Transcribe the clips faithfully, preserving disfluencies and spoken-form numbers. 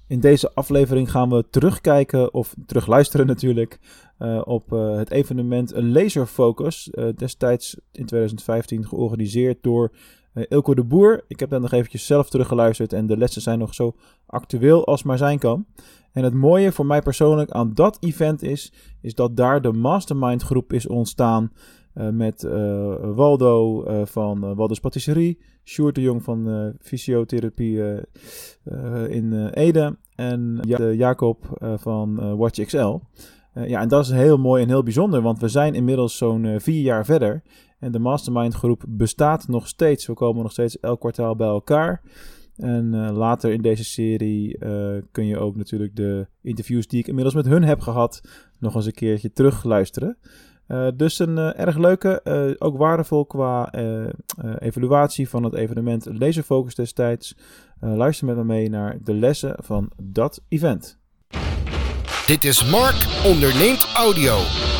In deze aflevering gaan we terugkijken, of terugluisteren natuurlijk, uh, op uh, het evenement Laser Focus, uh, destijds in twintig vijftien georganiseerd door uh, Eelco de Boer. Ik heb dan nog eventjes zelf teruggeluisterd en de lessen zijn nog zo actueel als maar zijn kan. En het mooie voor mij persoonlijk aan dat event is, is dat daar de mastermind groep is ontstaan uh, met uh, Waldo uh, van uh, Waldo's Patisserie, Sjoerd de Jong van uh, Fysiotherapie uh, uh, in uh, Ede en ja- uh, Jacob uh, van uh, Watch X L. Uh, ja, en dat is heel mooi en heel bijzonder, want we zijn inmiddels zo'n uh, vier jaar verder en de mastermind groep bestaat nog steeds. We komen nog steeds elk kwartaal bij elkaar. En uh, later in deze serie uh, kun je ook natuurlijk de interviews die ik inmiddels met hun heb gehad nog eens een keertje terugluisteren. Uh, dus een uh, erg leuke, uh, ook waardevol qua uh, uh, evaluatie van het evenement Laser Focus destijds. Uh, luister met me mee naar de lessen van dat event. Dit is Mark Onderneemt Audio.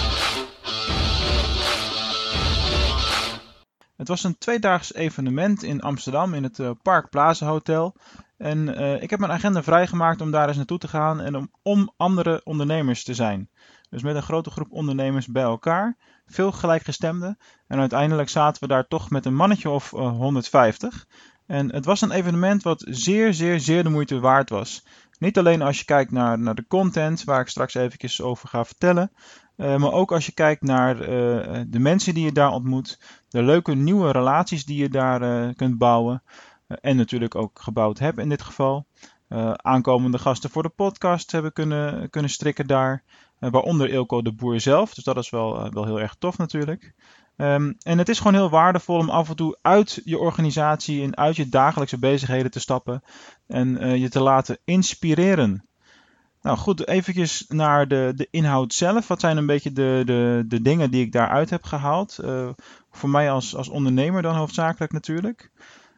Het was een tweedaags evenement in Amsterdam in het uh, Park Plaza Hotel. En uh, ik heb mijn agenda vrijgemaakt om daar eens naartoe te gaan en om, om andere ondernemers te zijn. Dus met een grote groep ondernemers bij elkaar, veel gelijkgestemden. En uiteindelijk zaten we daar toch met een mannetje of uh, honderdvijftig. En het was een evenement wat zeer, zeer, zeer de moeite waard was. Niet alleen als je kijkt naar, naar de content, waar ik straks eventjes over ga vertellen. Uh, maar ook als je kijkt naar uh, de mensen die je daar ontmoet. De leuke nieuwe relaties die je daar uh, kunt bouwen. Uh, en natuurlijk ook gebouwd hebt in dit geval. Uh, aankomende gasten voor de podcast hebben kunnen, kunnen strikken daar. Uh, waaronder Eelco de Boer zelf. Dus dat is wel, uh, wel heel erg tof natuurlijk. Um, en het is gewoon heel waardevol om af en toe uit je organisatie en uit je dagelijkse bezigheden te stappen. En uh, je te laten inspireren. Nou goed, eventjes naar de, de inhoud zelf. Wat zijn een beetje de, de, de dingen die ik daaruit heb gehaald? Uh, voor mij als, als ondernemer dan hoofdzakelijk natuurlijk.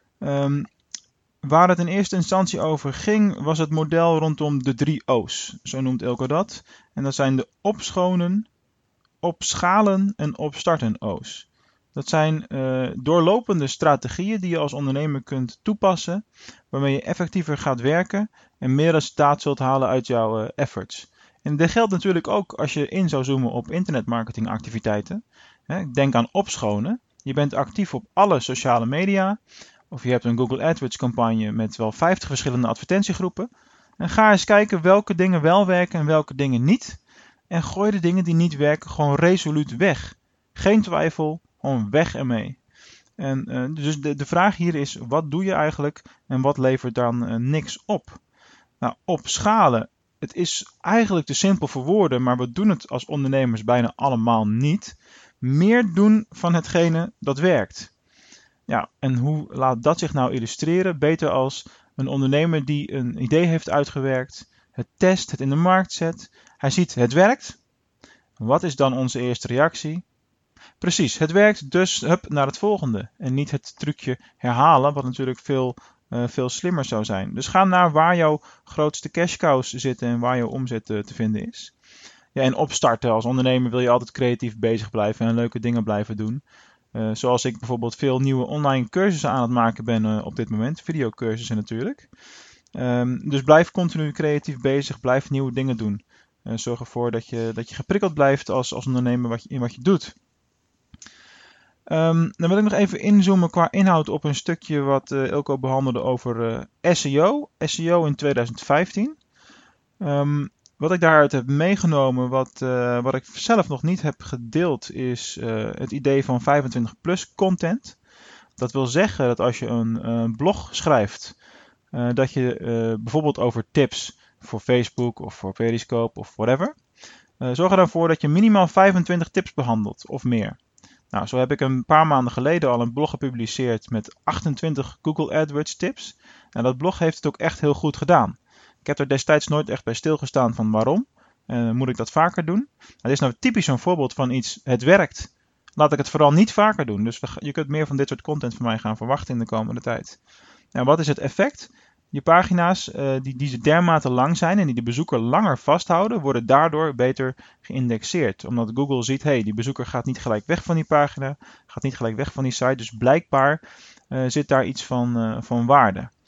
Um, waar het in eerste instantie over ging, was het model rondom de drie O's. Zo noemt Eelco dat. En dat zijn de opschonen, opschalen en opstarten O's. Dat zijn uh, doorlopende strategieën die je als ondernemer kunt toepassen, waarmee je effectiever gaat werken en meer resultaat zult halen uit jouw uh, efforts. En dit geldt natuurlijk ook als je in zou zoomen op internetmarketingactiviteiten. Hè, denk aan opschonen. Je bent actief op alle sociale media, of je hebt een Google AdWords campagne met wel vijftig verschillende advertentiegroepen. En ga eens kijken welke dingen wel werken en welke dingen niet. En gooi de dingen die niet werken gewoon resoluut weg. Geen twijfel, gewoon weg ermee. En uh, dus de, de vraag hier is, wat doe je eigenlijk en wat levert dan uh, niks op? Nou, opschalen. Het is eigenlijk te simpel voor woorden, maar we doen het als ondernemers bijna allemaal niet. Meer doen van hetgene dat werkt. Ja, en hoe laat dat zich nou illustreren? Beter als een ondernemer die een idee heeft uitgewerkt, het test, het in de markt zet. Hij ziet het werkt. Wat is dan onze eerste reactie? Precies, het werkt, dus hup naar het volgende. En niet het trucje herhalen, wat natuurlijk veel, uh, veel slimmer zou zijn. Dus ga naar waar jouw grootste cash cows zitten en waar jouw omzet uh, te vinden is. Ja, en opstarten als ondernemer wil je altijd creatief bezig blijven en leuke dingen blijven doen. Uh, zoals ik bijvoorbeeld veel nieuwe online cursussen aan het maken ben uh, op dit moment. Videocursussen natuurlijk. Um, dus blijf continu creatief bezig, blijf nieuwe dingen doen. Uh, zorg ervoor dat je, dat je geprikkeld blijft als, als ondernemer wat je, in wat je doet. Um, dan wil ik nog even inzoomen qua inhoud op een stukje wat uh, Eelco behandelde over uh, S E O. S E O in twintig vijftien. Um, wat ik daaruit heb meegenomen, wat, uh, wat ik zelf nog niet heb gedeeld, is uh, het idee van vijfentwintig plus content. Dat wil zeggen dat als je een uh, blog schrijft, uh, dat je uh, bijvoorbeeld over tips voor Facebook of voor Periscope of whatever, uh, zorg er dan voor dat je minimaal vijfentwintig tips behandelt of meer. Nou, zo heb ik een paar maanden geleden al een blog gepubliceerd met achtentwintig Google AdWords tips. En dat blog heeft het ook echt heel goed gedaan. Ik heb er destijds nooit echt bij stilgestaan van waarom. Uh, moet ik dat vaker doen? Nou, dit is nou typisch zo'n voorbeeld van iets, het werkt. Laat ik het vooral niet vaker doen. Dus we, je kunt meer van dit soort content van mij gaan verwachten in de komende tijd. En wat is het effect? Je pagina's uh, die, die dermate lang zijn en die de bezoeker langer vasthouden, worden daardoor beter geïndexeerd. Omdat Google ziet, hey, die bezoeker gaat niet gelijk weg van die pagina, gaat niet gelijk weg van die site. Dus blijkbaar uh, zit daar iets van, uh, van waarde.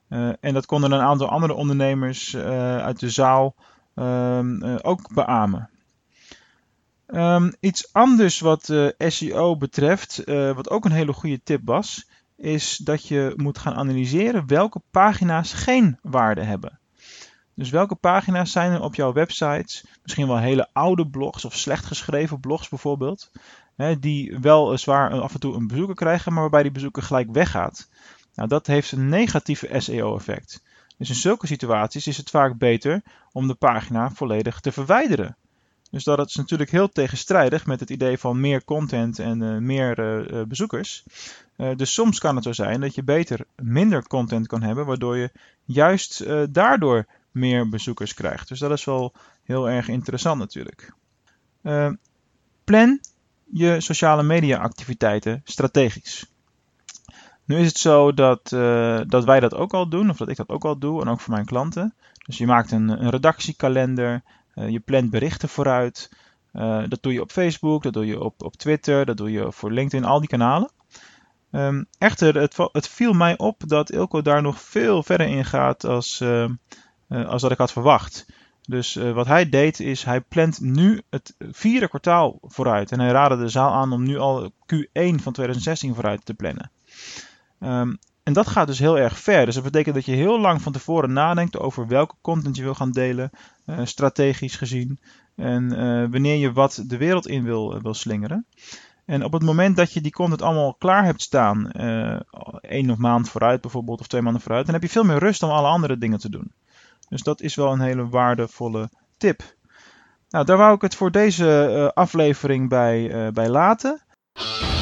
Uh, en dat konden een aantal andere ondernemers uh, uit de zaal uh, uh, ook beamen. Um, iets anders wat uh, S E O betreft, uh, wat ook een hele goede tip was, is dat je moet gaan analyseren welke pagina's geen waarde hebben. Dus welke pagina's zijn er op jouw websites, misschien wel hele oude blogs of slecht geschreven blogs bijvoorbeeld, hè, die wel zwaar af en toe een bezoeker krijgen, maar waarbij die bezoeker gelijk weggaat. Nou, dat heeft een negatieve S E O-effect. Dus in zulke situaties is het vaak beter om de pagina volledig te verwijderen. Dus dat is natuurlijk heel tegenstrijdig met het idee van meer content en uh, meer uh, bezoekers. Uh, dus soms kan het zo zijn dat je beter minder content kan hebben, waardoor je juist uh, daardoor meer bezoekers krijgt. Dus dat is wel heel erg interessant natuurlijk. Uh, plan je sociale media activiteiten strategisch. Nu is het zo dat, uh, dat wij dat ook al doen, of dat ik dat ook al doe, en ook voor mijn klanten. Dus je maakt een, een redactiekalender, uh, je plant berichten vooruit. Uh, dat doe je op Facebook, dat doe je op, op Twitter, dat doe je voor LinkedIn, al die kanalen. Um, echter, het, het viel mij op dat Eelco daar nog veel verder in gaat als, uh, uh, als dat ik had verwacht. Dus uh, wat hij deed is, hij plant nu het vierde kwartaal vooruit. En hij raadde de zaal aan om nu al Q één van twintig zestien vooruit te plannen. Um, en dat gaat dus heel erg ver. Dus dat betekent dat je heel lang van tevoren nadenkt over welke content je wil gaan delen, uh, strategisch gezien. En uh, wanneer je wat de wereld in wil, uh, wil slingeren. En op het moment dat je die content allemaal klaar hebt staan, uh, één of maand vooruit bijvoorbeeld, of twee maanden vooruit, dan heb je veel meer rust om alle andere dingen te doen. Dus dat is wel een hele waardevolle tip. Nou, daar wou ik het voor deze uh, aflevering bij, uh, bij laten.